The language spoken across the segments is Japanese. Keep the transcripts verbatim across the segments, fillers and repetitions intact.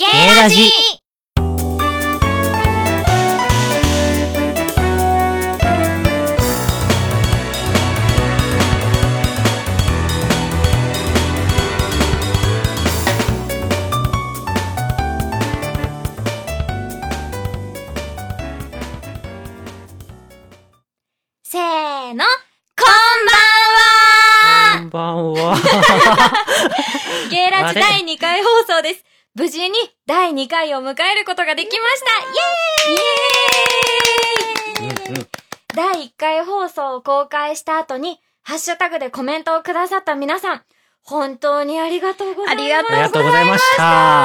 ゲーラジ。 せーの、こんばんは。 こんばんは。 ゲーラジだいにかい放送です。無事にだいにかいを迎えることができました。イエーイ、イエーイ、うんうん、だいいっかい放送を公開した後にハッシュタグでコメントをくださった皆さん、本当にありがとうございました。 ありがとうございました。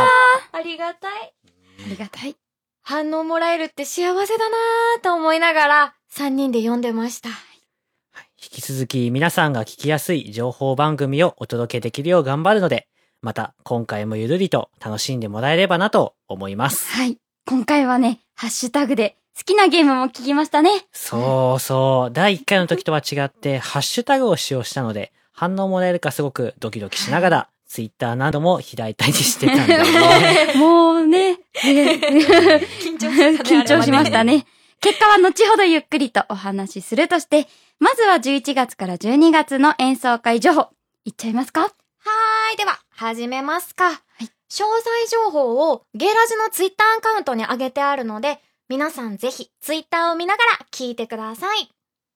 ありがたい。 ありがたい。 反応もらえるって幸せだなぁと思いながらさんにんで読んでました。 引き続き皆さんが聞きやすい情報番組をお届けできるよう頑張るので、また今回もゆるりと楽しんでもらえればなと思います。 はい。今回はね、ハッシュタグで好きなゲームも聞きましたね。 そうそう。だいいっかいの時とは違って、ハッシュタグを使用したので、反応もらえるかすごくドキドキしながら、ツイッターなども開いたりしてたんだよね。 もうね、緊張しましたね。緊張しましたね。結果は後ほどゆっくりとお話しするとして、まずはじゅういちがつからじゅうにがつの演奏会情報、いっちゃいますか？ はーい、では、始めますか。はい、詳細情報をゲーラジのツイッターアカウントに上げてあるので、皆さんぜひツイッターを見ながら聞いてください。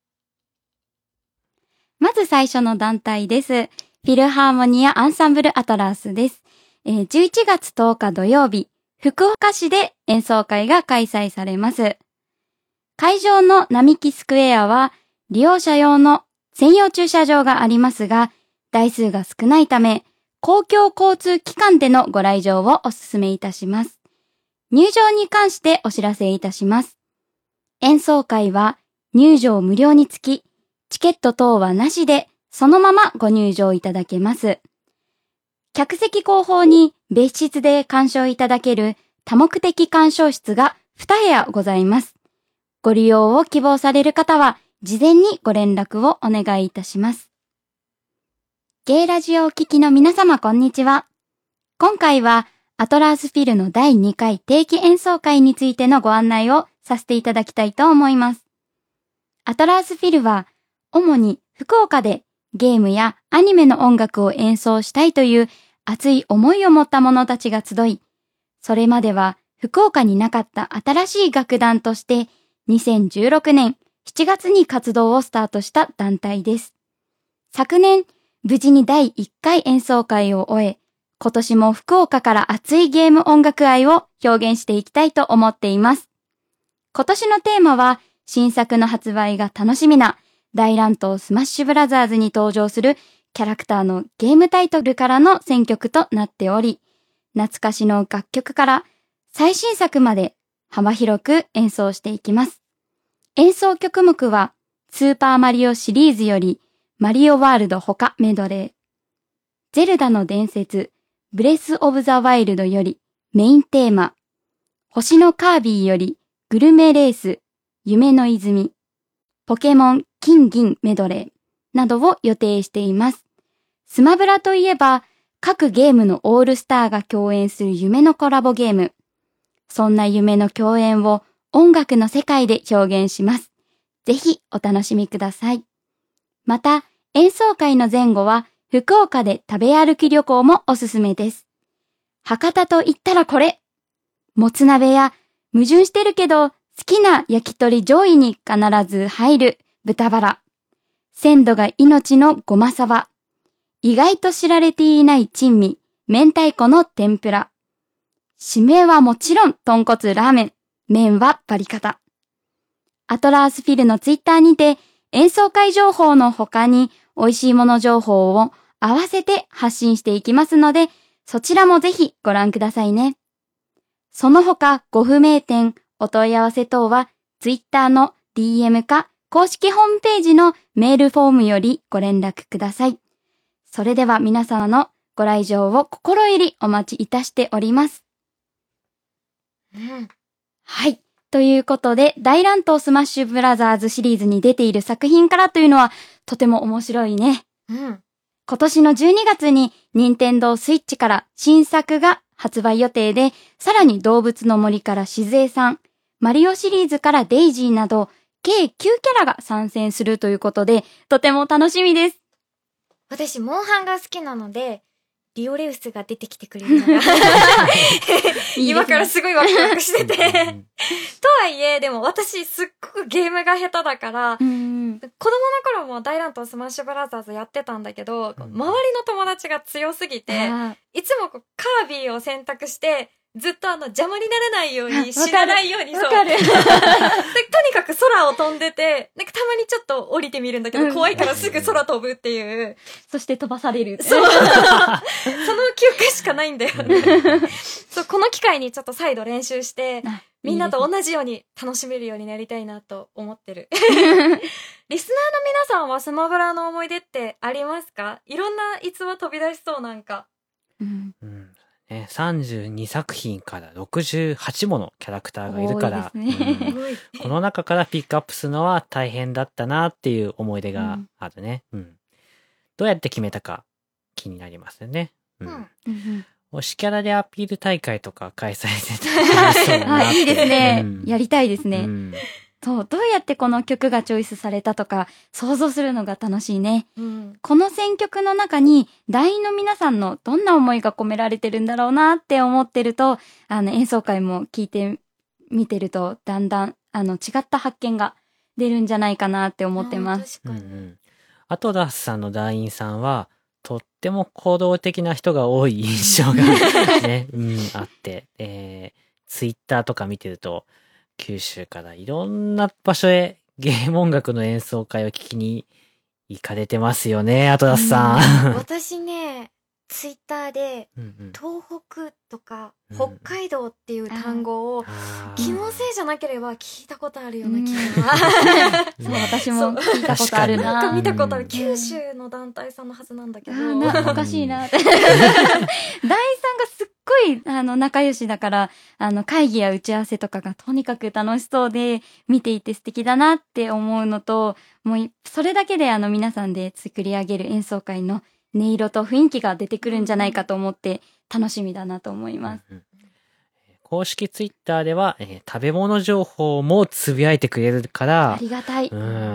まず最初の団体です。フィルハーモニアアンサンブルアトラスです。えー、じゅういちがつとおか土曜日、福岡市で演奏会が開催されます。会場の並木スクエアは利用者用の専用駐車場がありますが、台数が少ないため、公共交通機関でのご来場をお勧めいたします。入場に関してお知らせいたします。演奏会は入場無料につき、チケット等はなしでそのままご入場いただけます。客席後方に別室で鑑賞いただける多目的鑑賞室がに部屋ございます。ご利用を希望される方は事前にご連絡をお願いいたします。ゲイラジオをお聞きの皆様こんにちは。今回はアトラースフィルのだいにかい定期演奏会についてのご案内をさせていただきたいと思います。アトラースフィルは主に福岡でゲームやアニメの音楽を演奏したいという熱い思いを持った者たちが集い、それまでは福岡になかった新しい楽団としてにせんじゅうろくねんしちがつに活動をスタートした団体です。昨年、無事にだいいっかい演奏会を終え、今年も福岡から熱いゲーム音楽愛を表現していきたいと思っています。今年のテーマは、新作の発売が楽しみな大乱闘スマッシュブラザーズに登場するキャラクターのゲームタイトルからの選曲となっており、懐かしの楽曲から最新作まで幅広く演奏していきます。演奏曲目は、スーパーマリオシリーズよりマリオワールド他メドレー、ゼルダの伝説、ブレスオブザワイルドよりメインテーマ、星のカービィよりグルメレース、夢の泉、ポケモン金銀メドレーなどを予定しています。スマブラといえば、各ゲームのオールスターが共演する夢のコラボゲーム。そんな夢の共演を音楽の世界で表現します。ぜひお楽しみください。また、演奏会の前後は福岡で食べ歩き旅行もおすすめです。博多と言ったらこれ。もつ鍋や矛盾してるけど好きな焼き鳥上位に必ず入る豚バラ。鮮度が命のごまさば。意外と知られていない珍味、明太子の天ぷら。締めはもちろん豚骨ラーメン。麺はバリカタ。アトラースフィルのツイッターにて演奏会情報の他に美味しいもの情報を合わせて発信していきますので、そちらもぜひご覧くださいね。その他ご不明点、お問い合わせ等はツイッターの ディーエム か公式ホームページのメールフォームよりご連絡ください。それでは皆様のご来場を心よりお待ちいたしております。 うん、 はい。ということで、大乱闘スマッシュブラザーズシリーズに出ている作品からというのはとても面白いね。 うん。 今年のじゅうにがつに任天堂スイッチから新作が発売予定で、さらに動物の森からしずえさん、マリオシリーズからデイジーなど、計きゅうキャラが参戦するということで、とても楽しみです。 私、モンハンが好きなので、リオレウスが出てきてくれるのが今からすごいワクワクしててとはいえ、でも私すっごくゲームが下手だから、うん、子供の頃も大乱闘スマッシュブラザーズやってたんだけど、うん、周りの友達が強すぎて、いつもこうカービィを選択して、ずっとあの邪魔にならないように、死なないように、そう。とにかく空を飛んでて、なんかたまにちょっと降りてみるんだけど、うん、怖いからすぐ空飛ぶっていう。 そして飛ばされる。 そう。その記憶しかないんだよね。そう、この機会にちょっと再度練習して、みんなと同じように楽しめるようになりたいなと思ってる。リスナーの皆さんはスマブラの思い出ってありますか？いろんな逸話飛び出しそうなんか。 うんうんさんじゅうにさく品からろくじゅうはちものキャラクターがいるから、ねうん、この中からピックアップするのは大変だったなっていう思い出があるね、うんうん。どうやって決めたか気になりますよね。うんうん、推しキャラでアピール大会とか開催してたらいいですね、うん。やりたいですね。うんそう、どうやってこの曲がチョイスされたとか想像するのが楽しいね。うん、この選曲の中に団員の皆さんのどんな思いが込められてるんだろうなって思ってると、あの演奏会も聞いてみてるとだんだんあの違った発見が出るんじゃないかなって思ってます。 確かに。うんうん、アトラスさんの団員さんはとっても行動的な人が多い印象がね、うん、あって、えー、ツイッターとか見てると九州からいろんな場所へゲーム音楽の演奏会を聞きに行かれてますよね、アトラスさん。 うん、私ね、ツイッターで、うんうん、東北とか北海道っていう単語を、うん、気のせいじゃなければ聞いたことあるような気が。 うん、そう、私も聞いたことあるな。 なんか見たことある。九州の団体さんのはずなんだけど。 なおかしいな。団員さんがすっごい、あの、仲良しだから、あの、会議や打ち合わせとかがとにかく楽しそうで、見ていて素敵だなって思うのと、もう、それだけであの、皆さんで作り上げる演奏会の音色と雰囲気が出てくるんじゃないかと思って、楽しみだなと思います。うんうん、 公式ツイッターでは、えー、食べ物情報もつぶやいてくれるから、 ありがたい。 うん、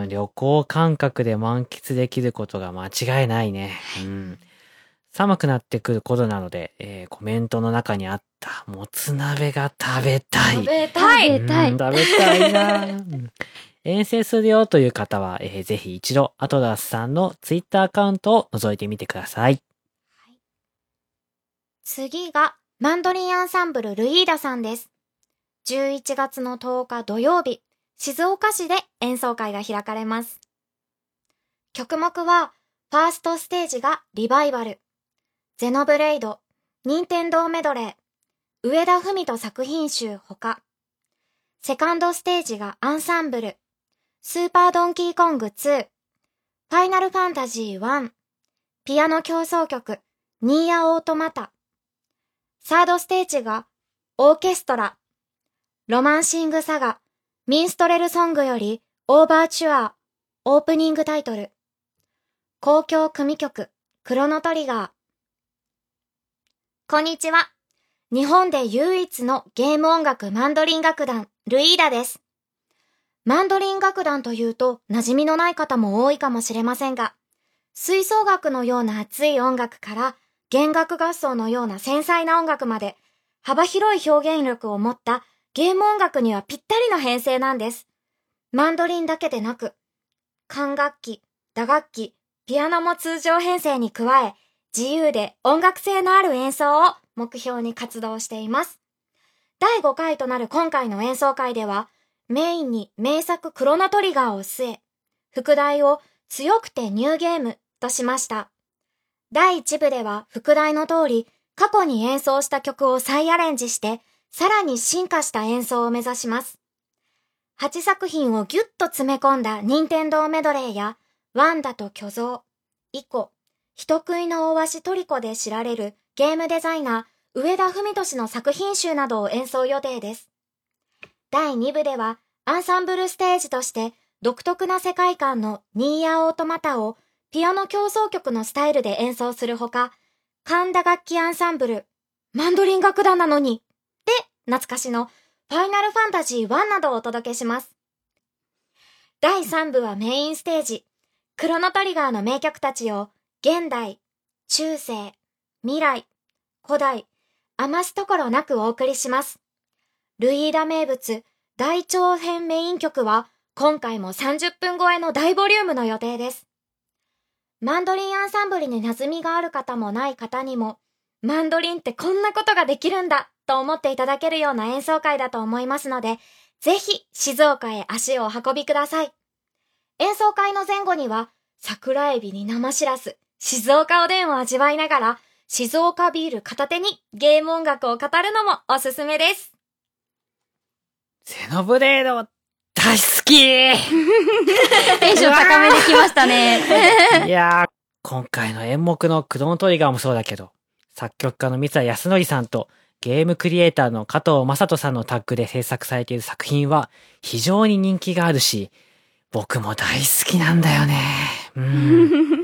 旅行感覚で満喫できることが間違いないね。うん寒くなってくることなので、えー、コメントの中にあったもつ鍋が食べたい。 食べたい。 食べたい。 食べたいな、うん。遠征するよという方は、えー、ぜひ一度アトラスさんのツイッターアカウントを覗いてみてください。はい、 次がマンドリンアンサンブルルイーダさんです。じゅういちがつのとおか土曜日、静岡市で演奏会が開かれます。曲目は、ファーストステージがリバイバル。ゼノブレイド、任天堂メドレー、上田文人作品集ほか。セカンドステージがアンサンブル、スーパードンキーコングツー、ファイナルファンタジーワン、ピアノ協奏曲、ニーヤオートマタ。サードステージがオーケストラ、ロマンシングサガ、ミンストレルソングよりオーバーチュアー、オープニングタイトル。交響組曲、クロノトリガー。こんにちは。日本で唯一のゲーム音楽マンドリン楽団、ルイーダです。マンドリン楽団というと馴染みのない方も多いかもしれませんが、吹奏楽のような熱い音楽から弦楽合奏のような繊細な音楽まで幅広い表現力を持ったゲーム音楽にはぴったりの編成なんです。マンドリンだけでなく、管楽器、打楽器、ピアノも通常編成に加え、自由で音楽性のある演奏を目標に活動しています。だいごかいとなる今回の演奏会では、メインに名作クロノトリガーを据え、副題を強くてニューゲームとしました。だいいち部では副題の通り、過去に演奏した曲を再アレンジして、さらに進化した演奏を目指します。はちさく品をギュッと詰め込んだ任天堂メドレーや、ワンダと巨像、イコ、人食いの大鷲トリコで知られるゲームデザイナー上田文俊の作品集などを演奏予定です。だいに部ではアンサンブルステージとして独特な世界観のニーヤオートマタをピアノ協奏曲のスタイルで演奏するほか、管打楽器アンサンブル、 マンドリン楽団なのにで懐かしのファイナルファンタジーワンなどをお届けします。だいさん部はメインステージ、クロノトリガーの名曲たちを現代、中世、未来、古代、余すところなくお送りします。ルイーダ名物大長編メイン曲は今回もさんじゅっぷん超えの大ボリュームの予定です。マンドリンアンサンブルに馴染みがある方もない方にも、マンドリンってこんなことができるんだと思っていただけるような演奏会だと思いますので、ぜひ静岡へ足をお運びください。演奏会の前後には桜エビに生しらす、静岡おでんを味わいながら静岡ビール片手にゲーム音楽を語るのもおすすめです。 ゼノブレード大好きテンション高めできましたね。 いやー、今回の演目のクロノトリガーもそうだけど、作曲家の三谷康則さんとゲームクリエイターの加藤正人さんのタッグで制作されている作品は非常に人気があるし、僕も大好きなんだよね。うん、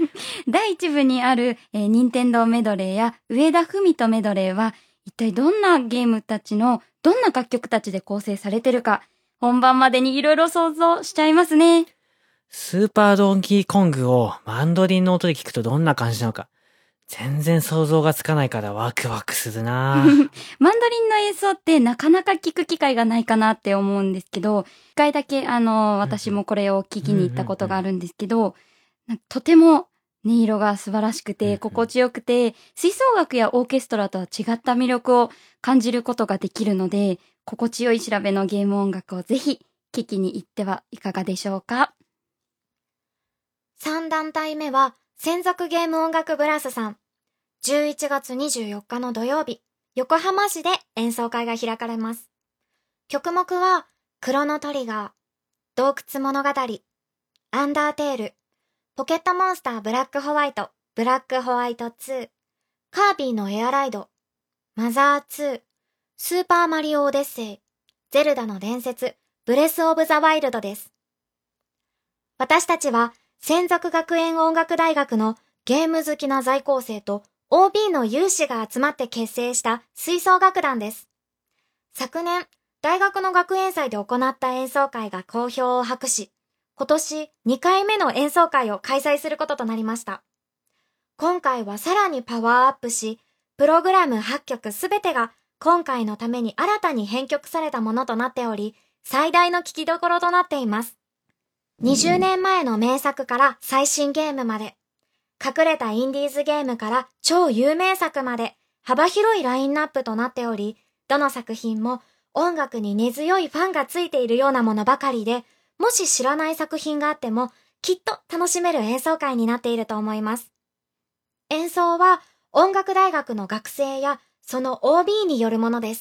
だいいち部にある、えー、任天堂メドレーや上田文人メドレーは一体どんなゲームたちのどんな楽曲たちで構成されてるか、本番までにいろいろ想像しちゃいますね。 スーパードンキーコングをマンドリンの音で聞くとどんな感じなのか全然想像がつかないからワクワクするな。 マンドリンの演奏ってなかなか聞く機会がないかなって思うんですけど、一回だけあの私もこれを聞きに行ったことがあるんですけど、とても音色が素晴らしくて心地よくて、吹奏楽やオーケストラとは違った魅力を感じることができるので、心地よい調べのゲーム音楽をぜひ聴きに行ってはいかがでしょうか。 さん団体目は専属ゲーム音楽ブラスさん。じゅういちがつにじゅうよっかの土曜日、横浜市で演奏会が開かれます。曲目はクロノトリガー、洞窟物語、アンダーテール、ポケットモンスターブラックホワイト、ブラックホワイトツー、カービィのエアライド、マザーツー、スーパーマリオオデッセイ、ゼルダの伝説、ブレスオブザワイルドです。私たちは専属学園音楽大学のゲーム好きな在校生と オービー の有志が集まって結成した吹奏楽団です。昨年、大学の学園祭で行った演奏会が好評を博し、今年にかいめの演奏会を開催することとなりました。今回はさらにパワーアップし、プログラムはっきょくすべてが今回のために新たに編曲されたものとなっており、最大の聴きどころとなっています。にじゅうねんまえの名作から最新ゲームまで、隠れたインディーズゲームから超有名作まで幅広いラインナップとなっており、どの作品も音楽に根強いファンがついているようなものばかりで、もし知らない作品があってもきっと楽しめる演奏会になっていると思います。演奏は音楽大学の学生やその オービー によるものです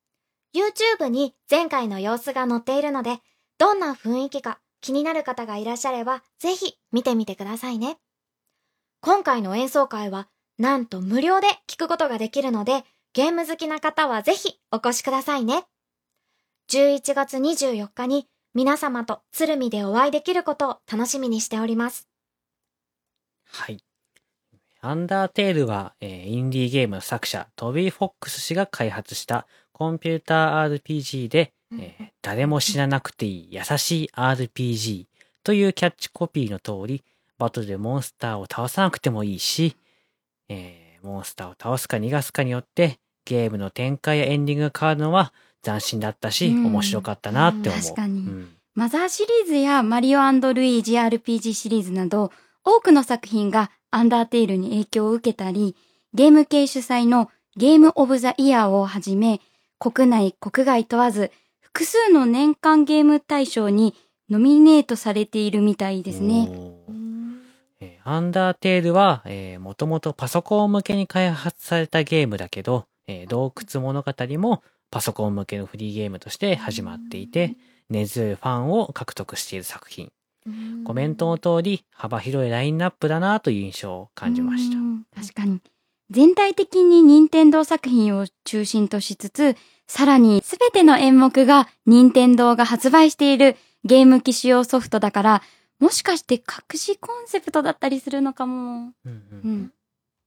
。YouTube に前回の様子が載っているので、どんな雰囲気か気になる方がいらっしゃればぜひ見てみてくださいね。今回の演奏会はなんと無料で聴くことができるので、ゲーム好きな方はぜひお越しくださいね。じゅういちがつにじゅうよっかに皆様と鶴見でお会いできることを楽しみにしております。 はい。アンダーテールは、えー、インディーゲームの作者トビー・フォックス氏が開発したコンピューター アールピージー で、えー、誰も死ななくていい優しい アールピージー というキャッチコピーの通り、バトルでモンスターを倒さなくてもいいし、えー、モンスターを倒すか逃がすかによってゲームの展開やエンディングが変わるのは斬新だったし、うん、面白かったなって思う。 確かに、うん、マザーシリーズやマリオ&ルイージ アールピージー シリーズなど多くの作品がアンダーテールに影響を受けたり、ゲーム系主催のゲームオブザイヤーをはじめ、国内国外問わず複数の年間ゲーム大賞にノミネートされているみたいですね。 アンダーテールは、えー、もともとパソコン向けに開発されたゲームだけど、えー、洞窟物語もパソコン向けのフリーゲームとして始まっていて、根強いファンを獲得している作品。コメントの通り幅広いラインナップだなという印象を感じました。 確かに。全体的に任天堂作品を中心としつつ、さらにすべての演目が任天堂が発売しているゲーム機使用ソフトだから、もしかして隠しコンセプトだったりするのかも。うんうんうん、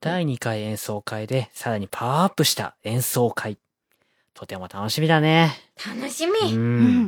だいにかい演奏会でさらにパワーアップした演奏会。とても楽しみだね。 楽しみ。 うん。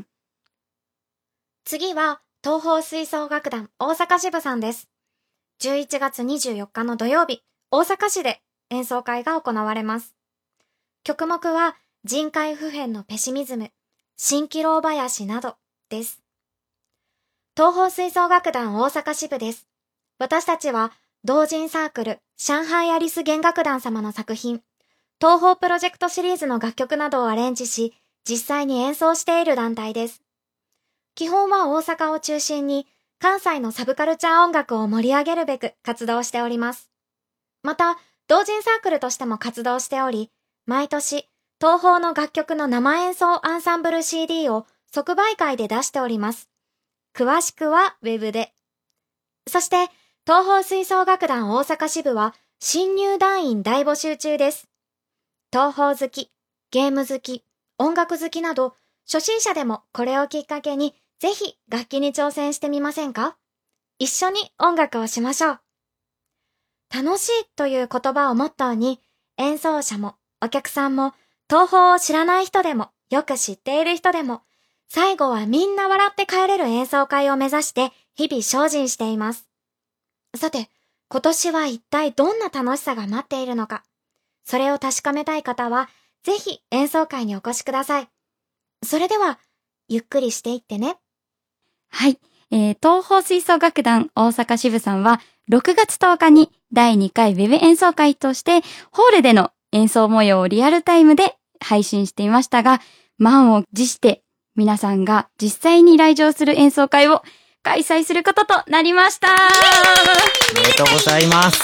次は、東方吹奏楽団大阪支部さんです。じゅういちがつにじゅうよっかの土曜日、大阪市で演奏会が行われます。曲目は、人海普遍のペシミズム、蜃気楼林などです。東方吹奏楽団大阪支部です。私たちは、同人サークル、上海アリス弦楽団様の作品、東方プロジェクトシリーズの楽曲などをアレンジし、実際に演奏している団体です。基本は大阪を中心に、関西のサブカルチャー音楽を盛り上げるべく活動しております。また、同人サークルとしても活動しており、毎年、東方の楽曲の生演奏アンサンブル シーディー を即売会で出しております。詳しくはウェブで。そして、東方吹奏楽団大阪支部は、新入団員大募集中です。東方好き、ゲーム好き、音楽好きなど、初心者でもこれをきっかけに、ぜひ楽器に挑戦してみませんか？一緒に音楽をしましょう。楽しいという言葉をモットーに、演奏者もお客さんも東方を知らない人でもよく知っている人でも、最後はみんな笑って帰れる演奏会を目指して日々精進しています。さて、今年は一体どんな楽しさが待っているのか。それを確かめたい方は、ぜひ演奏会にお越しください。それでは、ゆっくりしていってね。 はい、えー、東方吹奏楽団大阪支部さんはろくがつとおかにだいにかいウェブ演奏会としてホールでの演奏模様をリアルタイムで配信していましたが、満を持して皆さんが実際に来場する演奏会を開催することとなりました。 おめでとうございます。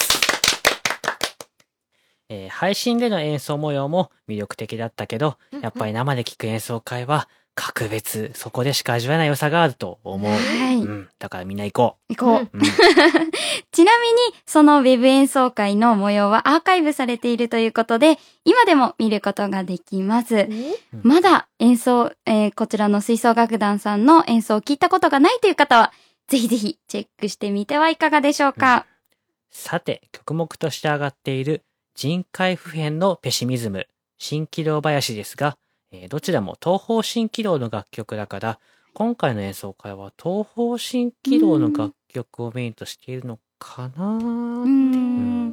えー、配信での演奏模様も魅力的だったけど、やっぱり生で聴く演奏会は格別、そこでしか味わえない良さがあると思う。 はい。 うん。だからみんな行こう。行こう。うん、ちなみに、そのウェブ演奏会の模様はアーカイブされているということで、今でも見ることができます。うん、まだ演奏、えー、こちらの吹奏楽団さんの演奏を聞いたことがないという方は、ぜひぜひチェックしてみてはいかがでしょうか。うん、 さて、曲目として上がっている人海普遍のペシミズム、蜃気楼林ですが、えー、どちらも東方蜃気楼の楽曲だから、今回の演奏会は東方蜃気楼の楽曲をメインとしているのかなーって。うん、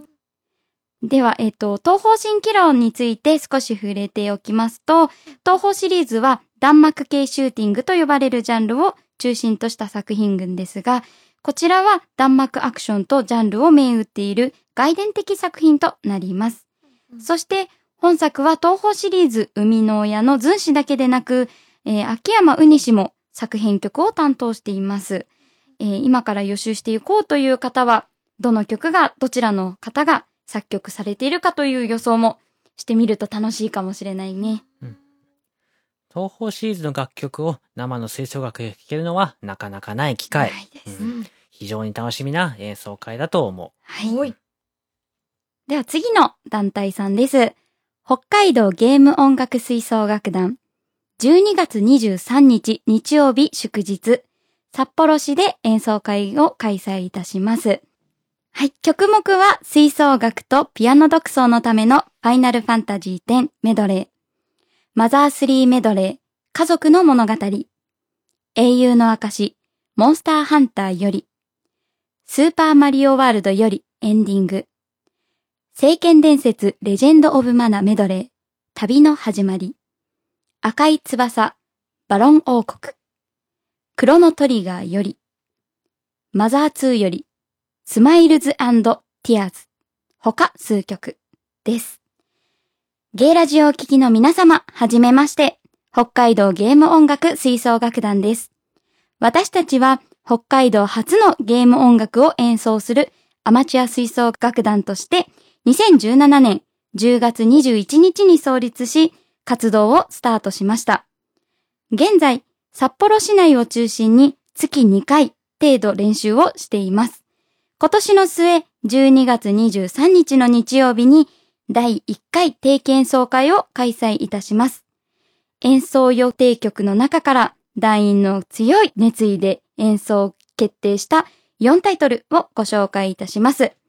では、えっと、東方蜃気楼について少し触れておきますと、東方シリーズは弾幕系シューティングと呼ばれるジャンルを中心とした作品群ですが、こちらは弾幕アクションとジャンルを銘打っている外伝的作品となります。うん、そして、本作は東方シリーズ生みの親のズン氏だけでなく、えー、秋山うに氏も作編曲を担当しています。えー、今から予習していこうという方は、どの曲がどちらの方が作曲されているかという予想もしてみると楽しいかもしれないね。 うん、東方シリーズの楽曲を生の吹奏楽で聴けるのはなかなかない機会。 ないです。 うん、非常に楽しみな演奏会だと思う。 はい。では次の団体さんです。北海道ゲーム音楽吹奏楽団。じゅうにがつにじゅうさんにち日曜日祝日、札幌市で演奏会を開催いたします。はい、曲目は吹奏楽とピアノ独奏のためのファイナルファンタジーテンメドレー、マザースリーメドレー、家族の物語、英雄の証、モンスターハンターより、スーパーマリオワールドよりエンディング、聖剣伝説レジェンドオブマナメドレー、旅の始まり、赤い翼、バロン王国、クロノトリガーより、マザーツーより、スマイルズ&ティアーズ、他数曲です。ゲイラジオを聴きの皆様、はじめまして、北海道ゲーム音楽吹奏楽団です。私たちは北海道初のゲーム音楽を演奏するアマチュア吹奏楽団として、にせんじゅうななねんじゅうがつにじゅういちにちに創立し、活動をスタートしました。現在、札幌市内を中心に月にかい程度練習をしています。今年の末、じゅうにがつにじゅうさんにちの日曜日にだいいっかい定期演奏会を開催いたします。演奏予定曲の中から団員の強い熱意で演奏を決定したよんタイトルをご紹介いたします。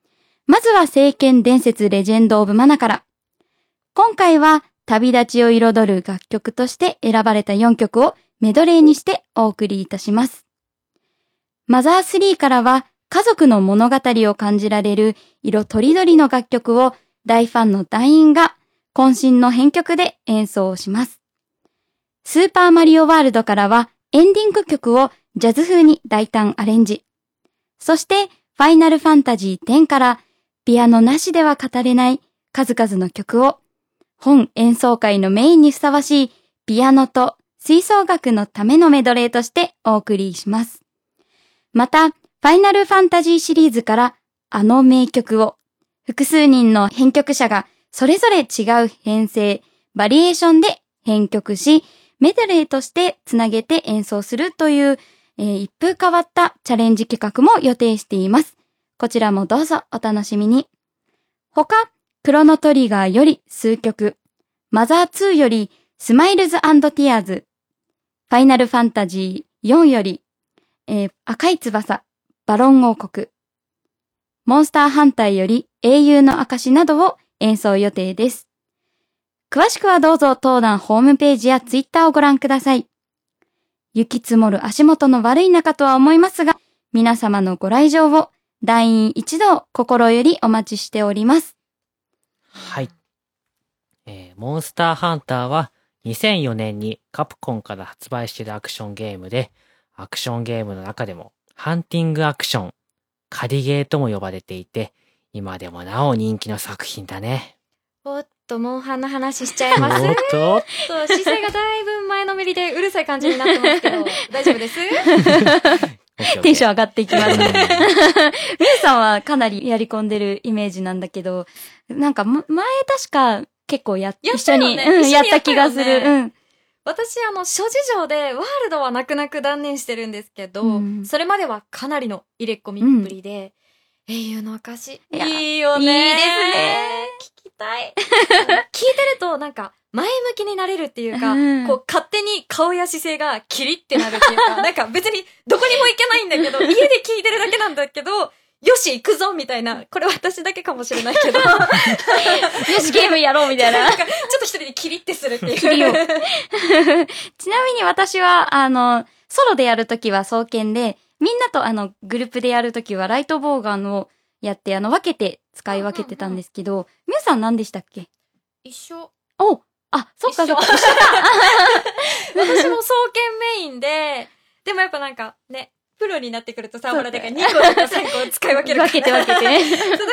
まずは聖剣伝説レジェンド・オブ・マナから。今回は旅立ちを彩る楽曲として選ばれたよんきょくをメドレーにしてお送りいたします。マザースリーからは家族の物語を感じられる色とりどりの楽曲を大ファンの団員が渾身の編曲で演奏します。スーパーマリオワールドからはエンディング曲をジャズ風に大胆アレンジ。そしてファイナルファンタジーテンからピアノなしでは語れない数々の曲を本演奏会のメインにふさわしいピアノと吹奏楽のためのメドレーとしてお送りします。また、ファイナルファンタジーシリーズからあの名曲を複数人の編曲者がそれぞれ違う編成、バリエーションで編曲し、メドレーとしてつなげて演奏するという、えー、一風変わったチャレンジ企画も予定しています。こちらもどうぞお楽しみに。他、クロノトリガーより数曲、マザーツーよりスマイルズ&ティアーズ、ファイナルファンタジーよんより、えー、赤い翼、バロン王国、モンスターハンターより英雄の証などを演奏予定です。詳しくはどうぞ当団ホームページやツイッターをご覧ください。雪積もる足元の悪い中とは思いますが、皆様のご来場を団員一同心よりお待ちしております。 はい。えー、モンスターハンターはにせんよねんにカプコンから発売しているアクションゲームで、アクションゲームの中でもハンティングアクション、狩りゲーとも呼ばれていて、今でもなお人気の作品だね。 おっと、モンハンの話しちゃいます。 おっとそう、姿勢がだいぶ前のめりでうるさい感じになってますけど、大丈夫ですテンション上がっていきますね。みゆさんはかなりやり込んでるイメージなんだけど、なんか前確か結構や、 やっ一緒に、 ね、 うん、やったやった気がする。うん。 私、あの、諸事情でワールドは泣く泣く断念してるんですけど、うん、それまではかなりの入れっ込みっぷりで、うん、英雄の証。いいよね。 いいですね。 聞きたい。聞いてると、なんか、前向きになれるっていうか、うん、こう、勝手に顔や姿勢がキリってなるっていうか、なんか別にどこにも行けないんだけど、家で聞いてるだけなんだけど、よし、行くぞみたいな。これ私だけかもしれないけど。よし、ゲームやろうみたいな。 なんか、ちょっと一人でキリってするっていう。 キリを。ちなみに私は、あの、ソロでやるときは双剣で、みんなとあの、グループでやるときはライトボーガンをやって、あの、分けて、使い分けてたんですけど、みゆさん何でしたっけ？ 一緒。 おあ、そっかそっか。 私も双剣メインで、でもやっぱなんか、ね、プロになってくるとさ、ほら、だからにことかさんこ使い分けるから。 分けて分けてね。 そう、だから、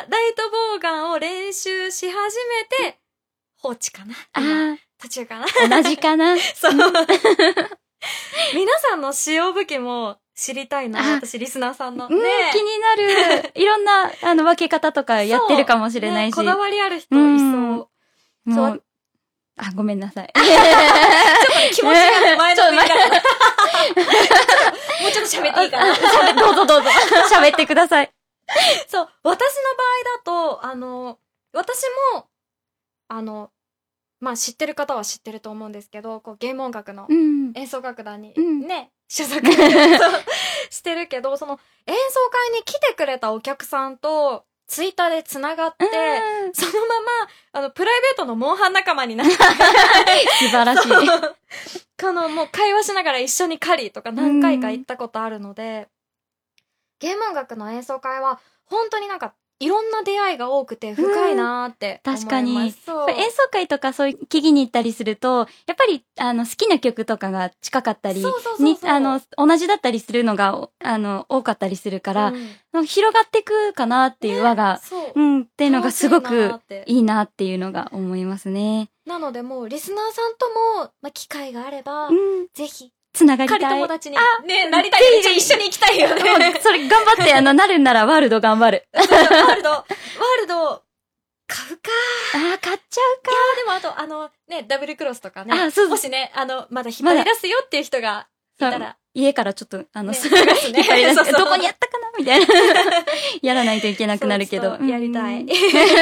ライトボーガンを練習し始めて、放置かな。 ああ。 途中かな。 同じかな。 そう。皆さんの使用武器も知りたいな、私、リスナーさんの。 ね、うん、気になる。いろんな、あの、分け方とかやってるかもしれないし。ね、 こだわりある人いそう。うん、 もう、あ、ごめんなさい。 ちょっと気持ちが前のめりだから。もうちょっと喋っていいかな。 どうぞどうぞ。喋ってください。 そう、私の場合だと、あの、私も、あの、まあ、知ってる方は知ってると思うんですけど、こう、ゲーム音楽の演奏楽団に、うん、ね、所属してるけど、その、演奏会に来てくれたお客さんと、ツイッターで繋がって、そのまま、あの、プライベートのモンハン仲間になって。 素晴らしい。 この、もう会話しながら一緒に狩りとか何回か行ったことあるので、ゲーム音楽の演奏会は、本当になんか、いろんな出会いが多くて深いなーって思います。 確かに。演奏会とかそういう聞きに行ったりすると、やっぱり、あの、好きな曲とかが近かったり、 そうそうそうそう、 あの、同じだったりするのが、あの、多かったりするから、うん、広がっていくかなっていう輪が、ね、う、うん、っていうのがすごくいいなっていうのが思いますね。 なのでもう、リスナーさんとも、まあ、機会があれば、うん、ぜひ、 つながりたい。 仮友達に。ね、なりたい。じゃあ一緒に行きたいよね。 それ頑張って、あの、なるんならワールド頑張る。 ワールド、ワールド、買うか。 ああ、買っちゃうか。 いや、でもあと、あの、ね、ダブルクロスとかね。あ、そうそう。もしね、あの、まだ引っ張り出すよっていう人がいたら。 家からちょっと、あの、 すぐね、 引っ張り出して、どこにやったかなみたいな。やらないといけなくなるけど。 そうそうやりたい。い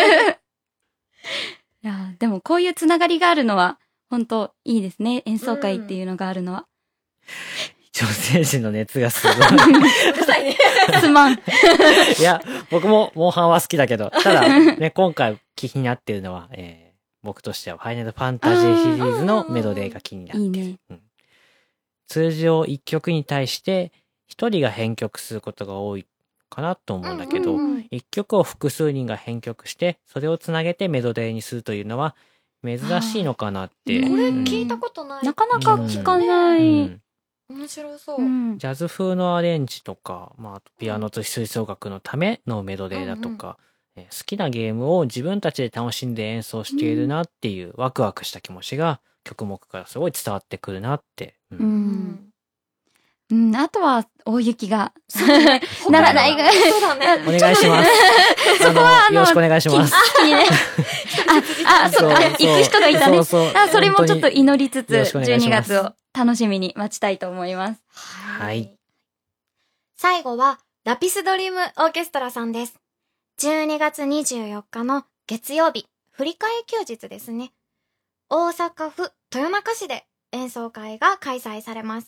や、でもこういうつながりがあるのは、本当いいですね。演奏会っていうのがあるのは。 ち女性陣の熱がすごい。 うるさいね。 すまん。 いや、僕もモンハンは好きだけど、ただ、ね、今回気になってるのは、えー、僕としてはファイナルファンタジーシリーズのメドレーが気になってる。いいね。うん、通常いっきょくに対してひとりが編曲することが多いかなと思うんだけど、うんうんうん、いっきょくを複数人が編曲して、それをつなげてメドレーにするというのは珍しいのかなって。 これ聞いたことない。 なかなか聞かない。うん面白そう、 うん。 ジャズ風のアレンジとか、まあ、あとピアノと吹奏楽のためのメドレーだとか、うんうん、好きなゲームを自分たちで楽しんで演奏しているなっていうワクワクした気持ちが曲目からすごい伝わってくるなって。うん。 うんうん、あとは大雪がならないぐらい。 そうだね。 お願いします。そこはあのよろしくお願いします。 ね、あ、あ、そう、行く人がいたね。そうそうあ、それもちょっと祈りつつ、じゅうにがつを楽しみに待ちたいと思います。 はい。 最後は、ラピスドリームオーケストラさんです。じゅうにがつにじゅうよっかの月曜日、振り替え休日ですね。大阪府豊中市で演奏会が開催されます。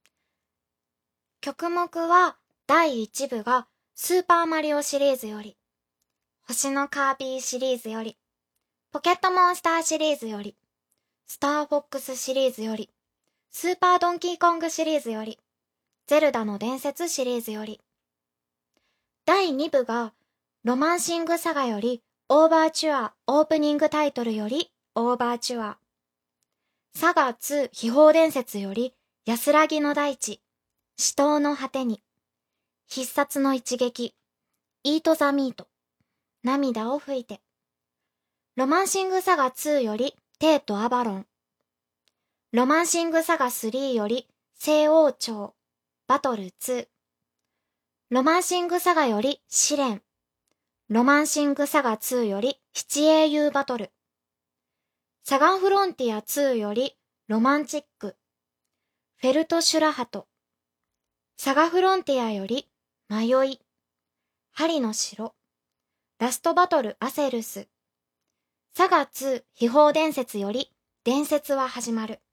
曲目は、だいいちぶがスーパーマリオシリーズより、星のカービィシリーズより、ポケットモンスターシリーズより、スターフォックスシリーズより、スーパードンキーコングシリーズより、ゼルダの伝説シリーズより、だいにぶがロマンシングサガより、オーバーチュアオープニングタイトルより、オーバーチュア、サガツー秘宝伝説より、安らぎの大地、死闘の果てに、必殺の一撃、イートザミート、涙を拭いて、ロマンシングサガツーより、テートアバロン、ロマンシングサガスリーより、聖王朝、バトルツー、ロマンシングサガより、試練、ロマンシングサガツーより、七英雄バトル、サガンフロンティアツーより、ロマンチック、フェルトシュラハト、サガフロンティアより、迷い、針の城、ラストバトルアセルス、サガツー秘宝伝説より、伝説は始まる。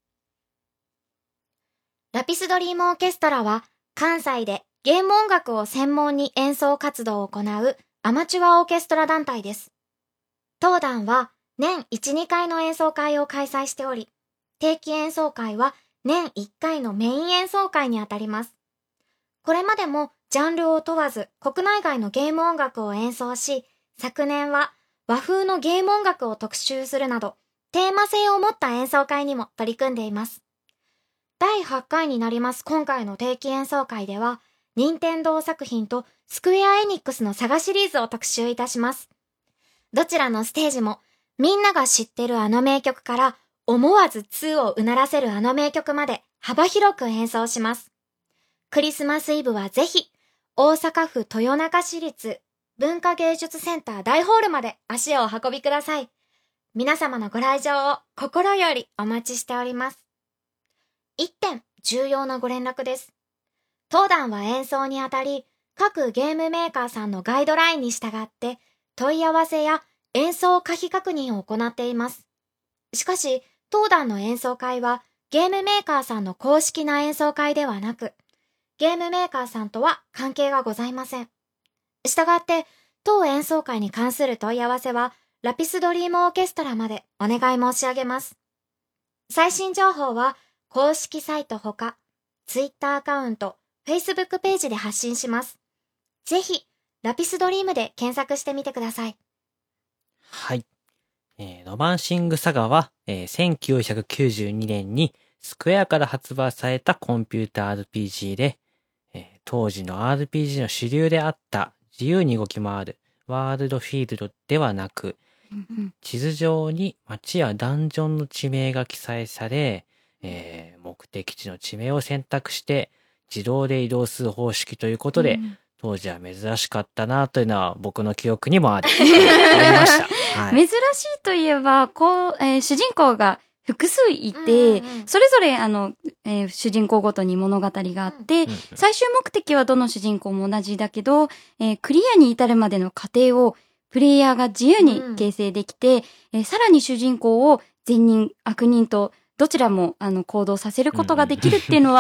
ラピスドリームオーケストラは、関西でゲーム音楽を専門に演奏活動を行うアマチュアオーケストラ団体です。当団は年いち、にかいの演奏会を開催しており、定期演奏会は年いっかいのメイン演奏会にあたります。これまでもジャンルを問わず国内外のゲーム音楽を演奏し、昨年は和風のゲーム音楽を特集するなど、テーマ性を持った演奏会にも取り組んでいます。だいはちかいになります今回の定期演奏会では、任天堂作品とスクエアエニックスのサガシリーズを特集いたします。どちらのステージも、みんなが知ってるあの名曲から、思わずツーをうならせるあの名曲まで幅広く演奏します。クリスマスイブはぜひ、大阪府豊中市立文化芸術センター大ホールまで足をお運びください。皆様のご来場を心よりお待ちしております。一点重要なご連絡です。当団は演奏にあたり、各ゲームメーカーさんのガイドラインに従って問い合わせや演奏可否確認を行っています。しかし、当団の演奏会はゲームメーカーさんの公式な演奏会ではなく、ゲームメーカーさんとは関係がございません。したがって、当演奏会に関する問い合わせは、ラピスドリームオーケストラまでお願い申し上げます。最新情報は、公式サイトほか、Twitter アカウント、Facebook ページで発信します。ぜひ、ラピスドリームで検索してみてください。 はい。えー、ロマンシングサガは、えー、せんきゅうひゃくきゅうじゅうにねんにスクエアから発売されたコンピューター アールピージー で、えー、当時の アールピージー の主流であった自由に動き回るワールドフィールドではなく、地図上に街やダンジョンの地名が記載され、えー、目的地の地名を選択して自動で移動する方式ということで、うん、当時は珍しかったなというのは僕の記憶にもあり、ありました、はい。 珍しいといえば、こう、えー、主人公が複数いて、うんうん、それぞれあの、えー、主人公ごとに物語があって、うんうん、最終目的はどの主人公も同じだけど、えー、クリアに至るまでの過程をプレイヤーが自由に形成できて、うんえー、さらに主人公を善人、悪人とどちらもあの行動させることができるっていうのは、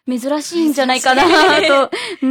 珍しいんじゃないかなと。うん。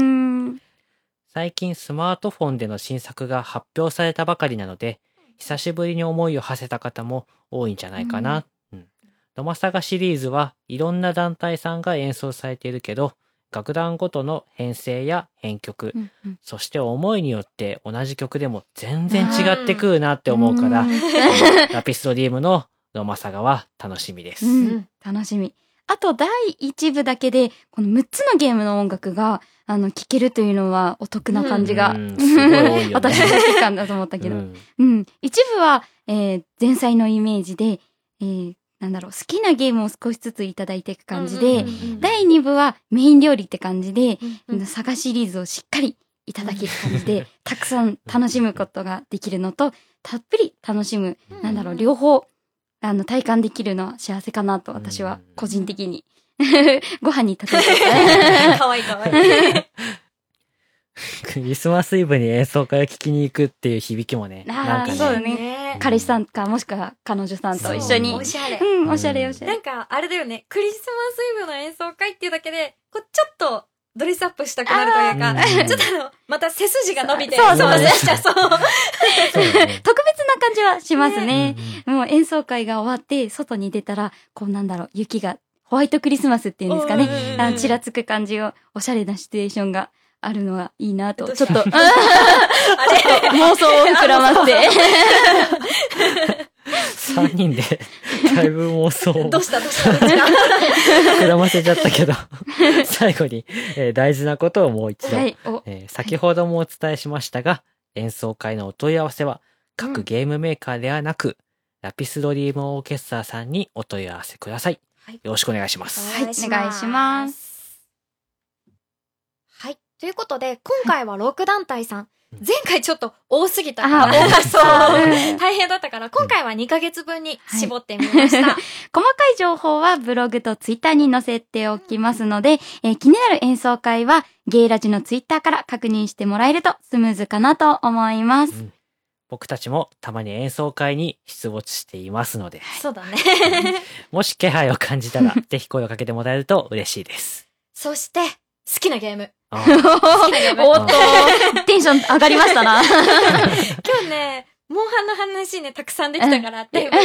最近スマートフォンでの新作が発表されたばかりなので、久しぶりに思いを馳せた方も多いんじゃないかな。うんうん、ドマサガシリーズはいろんな団体さんが演奏されているけど、楽団ごとの編成や編曲、うんうん、そして思いによって同じ曲でも全然違ってくるなって思うから、ラピストリームのドマサガは楽しみです、 うん。楽しみ。あとだいいち部だけでこのむっつのゲームの音楽があの聴けるというのはお得な感じが、うん、すごい多いよね、私だけ感だと思ったけど、うんうん、一部は、えー、前菜のイメージで、えー、なんだろう好きなゲームを少しずついただいていく感じで、うんうんうん、だいに部はメイン料理って感じで、うんうん、サガシリーズをしっかりいただける感じでたくさん楽しむことができるのとたっぷり楽しむ、うん、なんだろう両方あの体感できるのは幸せかなと私は個人的にご飯に例えてかわいいかわいいクリスマスイブに演奏会を聴きに行くっていう響きもね、なんかね、 そうだね、彼氏さんかもしくは彼女さんと一緒におしゃれ、 うん、おしゃれおしゃれ、 なんかあれだよね、クリスマスイブの演奏会っていうだけでこうちょっとドレスアップしたくなるというか、ちょっとあのまた背筋が伸びてそうそうそうそうそう特別な感じはしますね、ね、もう演奏会が終わって外に出たらこうなんだろう雪がホワイトクリスマスっていうんですかね、あちらつく感じをおしゃれなシチュエーションがあるのはいいなとちょっと妄想を膨らませてさんにんでだいぶ妄想をどうしたどうしたどうした膨らませちゃったけど最後に、えー、大事なことをもう一度、はいえー、先ほどもお伝えしましたが演奏会のお問い合わせは各ゲームメーカーではなく、うん、ラピスドリームオーケストラさんにお問い合わせください、はい、よろしくお願いします。 はい、お願いします。 はい、ということで今回はろく団体さん、前回ちょっと多すぎたから、そう大変だったから今回はにかげつぶんに絞ってみました、はい、 細かい情報はブログとツイッターに載せておきますので、えー、気になる演奏会はゲイラジのツイッターから確認してもらえるとスムーズかなと思います、うん、 僕たちもたまに演奏会に出没していますので、 そうだねもし気配を感じたらぜひ声をかけてもらえると嬉しいです。 そして好きなゲームおっとテンション上がりましたな今日ねモンハンの話ねたくさんできたからって改め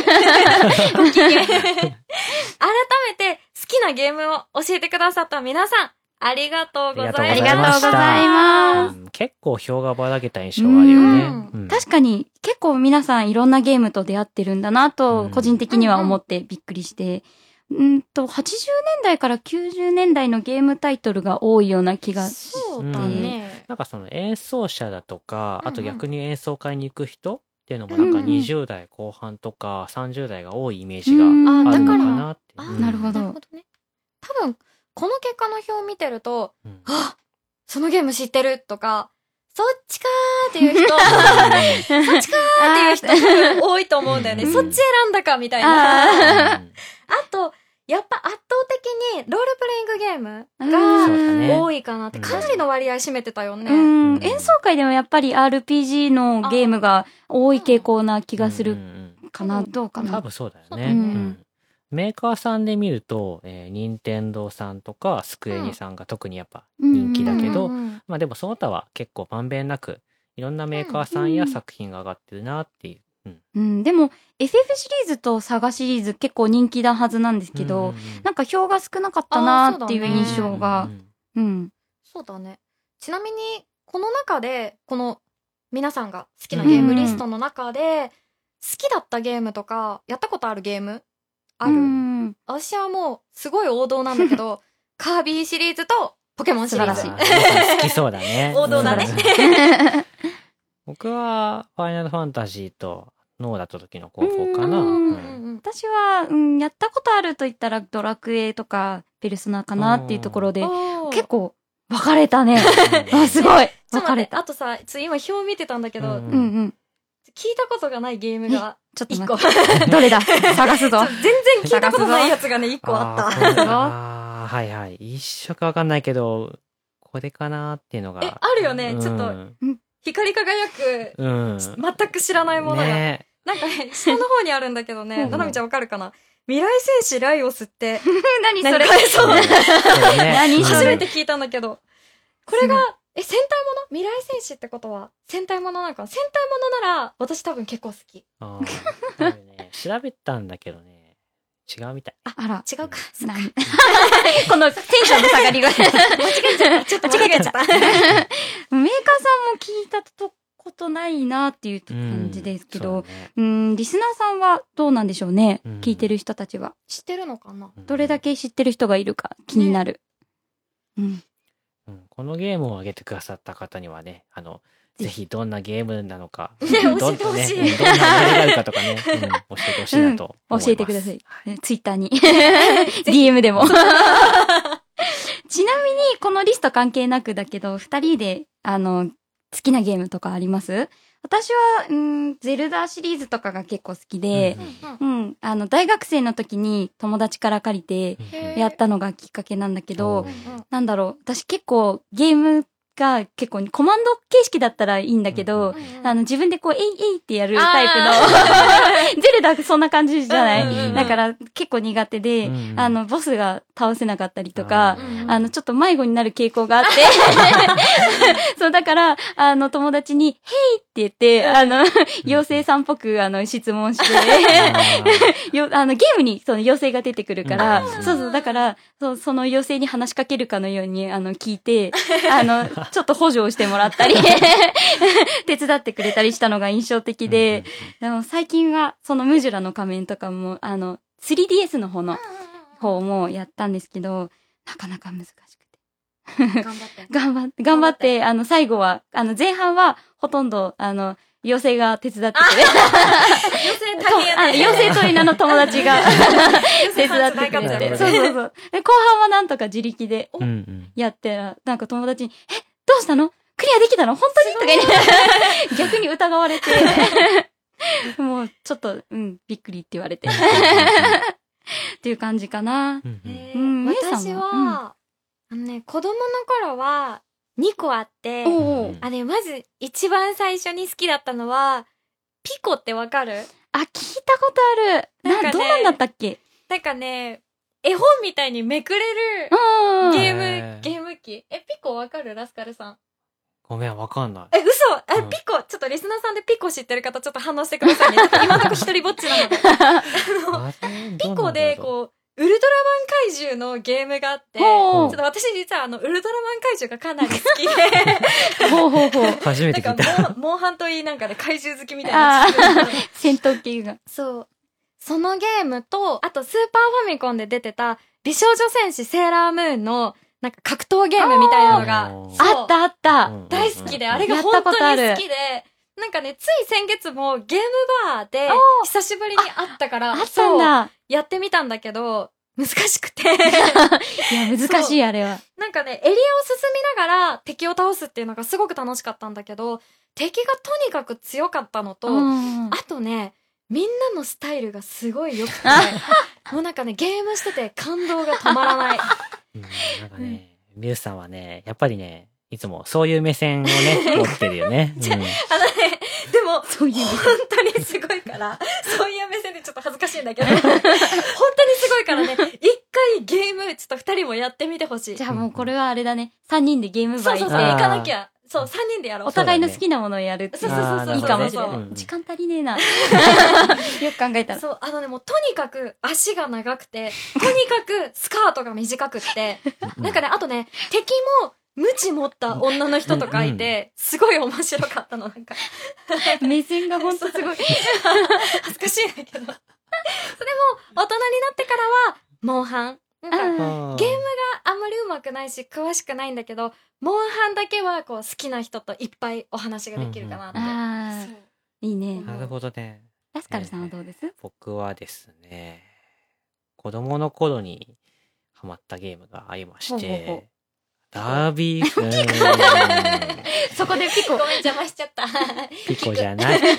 て好きなゲームを教えてくださった皆さんありがとうございます。 ありがとうございます、 うん、結構票がばらけた印象あるよね、 うんうん、確かに結構皆さんいろんなゲームと出会ってるんだなと個人的には思ってびっくりして、うんと、はちじゅうねんだいからきゅうじゅうねんだいのゲームタイトルが多いような気がして。 そうだね。 なんかその演奏者だとか、あと逆に演奏会に行く人っていうのもなんかにじゅうだいこう半とかさんじゅうだいが多いイメージがあるのかなって。 あ、なるほど。 なるほどね。多分、この結果の表を見てると、うん、あ、そのゲーム知ってるとか、そっちかーっていう人、そっちかーっていう人多いと思うんだよね。そっち選んだかみたいな。あと、やっぱ圧倒的にロールプレイングゲームが多いかなって、かなりの割合占めてたよね。 うん、演奏会でもやっぱり アールピージー のゲームが多い傾向な気がするかな。どうかな。 多分そうだよね。うん、メーカーさんで見ると、えー、任天堂さんとかスクエニさんが特にやっぱ人気だけど、まあでもその他は結構まんべんなくいろんなメーカーさんや作品が上がってるなっていう。 うんうん、でも エフエフ シリーズとサガシリーズ結構人気なはずなんですけど、うんうん、なんか票が少なかったなっていう印象が、 うん、そうだね。ちなみにこの中でこの皆さんが好きなゲームリストの中で好きだったゲームとかやったことあるゲームある？私はもうすごい王道なんだけどカービィシリーズとポケモンシリーズ。 好きそうだね。 王道だね。 僕はファイナルファンタジーとノーだった時の候補かな。うんうん、私は、うん、やったことあると言ったらドラクエとかペルソナかなっていうところで結構分かれたね。あ、すごい分かれた。 あとさ、ちょ今表見てたんだけど、うんうん、 聞いたことがないゲームがちょっと待って。どれだ探すぞ。 全然聞いたことないやつがね、一個あった。 ああ、はいはい。一緒かわかんないけど、これかなっていうのが。 え、あるよね。うん、ちょっと、光り輝く、うん、全く知らないものが。ね、なんかね、下の方にあるんだけどね、ななみちゃんわかるかな？ 未来戦士ライオスって。 何それそう。 何初めて聞いたんだけど。これが、え、戦隊もの未来戦士ってことは、戦隊ものなんか戦隊ものなら、私多分結構好き。 ああ。ね、調べたんだけどね、違うみたい。 あ、あら、違うか。 何このテンションの下がりが。間違えちゃった。ちょっと間違えちゃった。メーカーさんも聞いたことないなっていう感じですけど、うん、リスナーさんはどうなんでしょうね。うん、聞いてる人たちは。 知ってるのかな、 どれだけ知ってる人がいるか気になる。ね、うんうん、このゲームを挙げてくださった方にはね、あの、ぜひどんなゲームなのか、 ね、教えてほしい。 どんな内容があるかとかね、うん、教えてほしいなと思います。 教えてください。はい、ツイッターに。ディーエム でも。ちなみに、このリスト関係なくだけど、二人で、あの、好きなゲームとかあります？私は、うん、ゼルダシリーズとかが結構好きで、うん、うん、あの、大学生の時に友達から借りてやったのがきっかけなんだけど、なんだろう、私結構ゲームが結構コマンド形式だったらいいんだけど、うんうん、あの自分でこう、えいえいってやるタイプの、ゼルダそんな感じじゃない、うんうん、だから結構苦手で、うんうん、あの、ボスが倒せなかったりとか、うんうん、あの、ちょっと迷子になる傾向があって、そう、だから、あの、友達に、へいって言って、あの、妖精さんっぽく、あの、質問して、よ、あの、ゲームにその妖精が出てくるから、そうそう、だから、そう、その妖精に話しかけるかのように、あの、聞いて、あの、ちょっと補助をしてもらったり、手伝ってくれたりしたのが印象的で、でも最近は、そのムジュラの仮面とかも、あの、スリーディーエス の方の方もやったんですけど、なかなか難しくて。 頑張って。 頑張って、頑張って、あの、最後は、あの、前半は、ほとんど、あの、妖精が手伝ってくれ。 妖精大変やね。 妖精と稲の友達が手伝ってくれて。そうそうそう。で、後半はなんとか自力でやって、なんか友達に、え、どうしたのクリアできたの本当にとか言って、逆に疑われて、もうちょっと、うん、びっくりって言われて。っていう感じかな。 うん、私は、あのね、子供の頃はにこあって、あれ、まず一番最初に好きだったのは、ピコってわかる？ あ、聞いたことある。なんか、ね、どうなんだったっけ？ なんかね、絵本みたいにめくれるゲーム、ゲーム機。え、ピコわかる？ラスカルさん。 ごめん、わかんない。 え、嘘え、うん、ピコ、ちょっとリスナーさんでピコ知ってる方ちょっと反応してくださいね。今のとこ一人ぼっちなので。あの、ピコで、こう、ウルトラマン怪獣のゲームがあって、ちょっと私実はあの、ウルトラマン怪獣がかなり好きで、 ほうほうほう。 初めて聞いた。 なんか、モンハンといいなんかで怪獣好きみたいな。 戦闘系が。 そう。そのゲームと、あとスーパーファミコンで出てた、美少女戦士セーラームーンの、なんか格闘ゲームみたいなのが、 あったあった。 大好きで、あれが本当に好きで、なんかね、つい先月もゲームバーで久しぶりに会ったから、 あったんだ。 やってみたんだけど、難しくて。 いや、難しいあれは。 なんかね、エリアを進みながら敵を倒すっていうのがすごく楽しかったんだけど、敵がとにかく強かったのと、あとね、みんなのスタイルがすごい良くて、もうなんかね、ゲームしてて感動が止まらない。 うん、なんかね、ミュウさんはね、やっぱりね、いつもそういう目線をね、持ってるよね。うん、あのね、 でも、そういう本当にすごいから、そういう目線でちょっと恥ずかしいんだけど、本当にすごいからね、一回ゲーム、ちょっと二人もやってみてほしい。 じゃあもうこれはあれだね、三人でゲームバー行って。 そうそうそう、行かなきゃ。そう、三人でやろう。 お互いの好きなものをやるっていう。 そうそうそうそう。 いいかもしれない。時間足りねえな。よく考えたら。 そう、あのね、もうとにかく足が長くて、とにかくスカートが短くって、なんかね、あとね、敵も、無知持った女の人とかいて、すごい面白かったの、なんか。 目線がほんとすごい。 恥ずかしいんだけど。それも、大人になってからは、モンハン。なんか、ゲームがあんまり上手くないし、詳しくないんだけど、モンハンだけは、こう、好きな人といっぱいお話ができるかなって。うんうん、 ああ、いいね。 なるほどね。 ラスカルさんはどうです？ えー、僕はですね、子供の頃にハマったゲームがありまして、ほうほうほう、ダービー、 そこでピコ。 ごめん、邪魔しちゃった。 ピコじゃない。うん、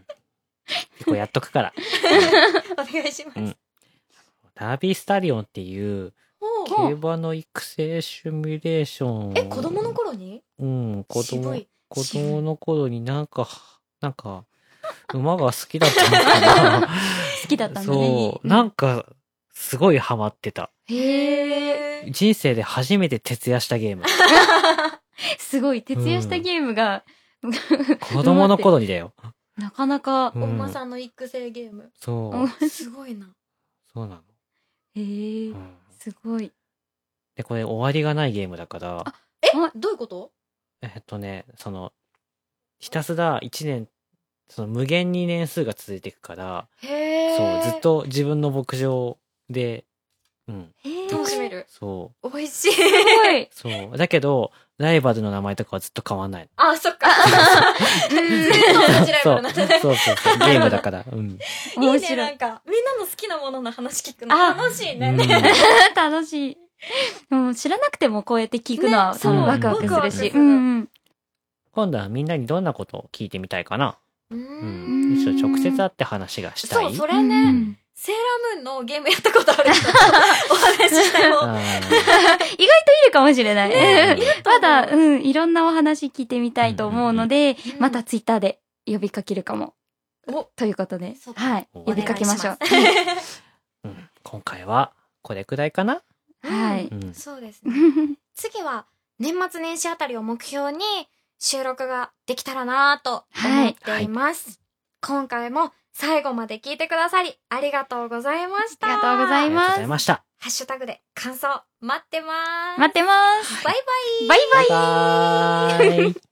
ピコやっとくから。 お願いします。うん、 ダービースタリオンっていう、競馬の育成シミュレーション。 え、子供の頃に？ うん、子供、子供の頃になんか、なんか、馬が好きだったのかな。 きだったんだね。 そう、なんか、すごいハマってた。 へー。人生で初めて徹夜したゲーム。 すごい、徹夜したゲームが、 うん、子供の頃にだよ。 なかなか、 お馬さんの育成ゲーム。 そう。 すごいな。 そうなの。 へえ、うん、すごい。 で、これ終わりがないゲームだから。 あ、えどういうこと？ えっとね、その、ひたすらいちねん、その無限に年数が続いていくから、 へそう、ずっと自分の牧場で、うん。 楽しめる。 そう。 美味しい。 すごい。 そう。だけど、ライバルの名前とかはずっと変わんない。 あ、そっか。ずっと同じライバルなんだね。 そうそうそう。ゲームだから。うん。 面白い。なんか、みんなの好きなものの話聞くの楽しいね。 楽しい。もう知らなくてもこうやって聞くのはワクワクするし。 今度はみんなにどんなことを聞いてみたいかな。うん。一緒直接会って話がしたい。 そう、それね。セーラームーンのゲームやったことある人とお話ししたよ。意外といるかもしれない。まだ、うん、いろんなお話聞いてみたいと思うので、またツイッターで呼びかけるかも。ということで、はい、呼びかけましょう。 今回はこれくらいかな？ はい。 そうですね。次は年末年始あたりを目標に収録ができたらなと思っています。今回も最後まで聞いてくださりありがとうございました。 ありがとうございます。ありがとうございました。 ハッシュタグで感想待ってます。 待ってます。 バイバイ。 バイバイ。 バイバイ。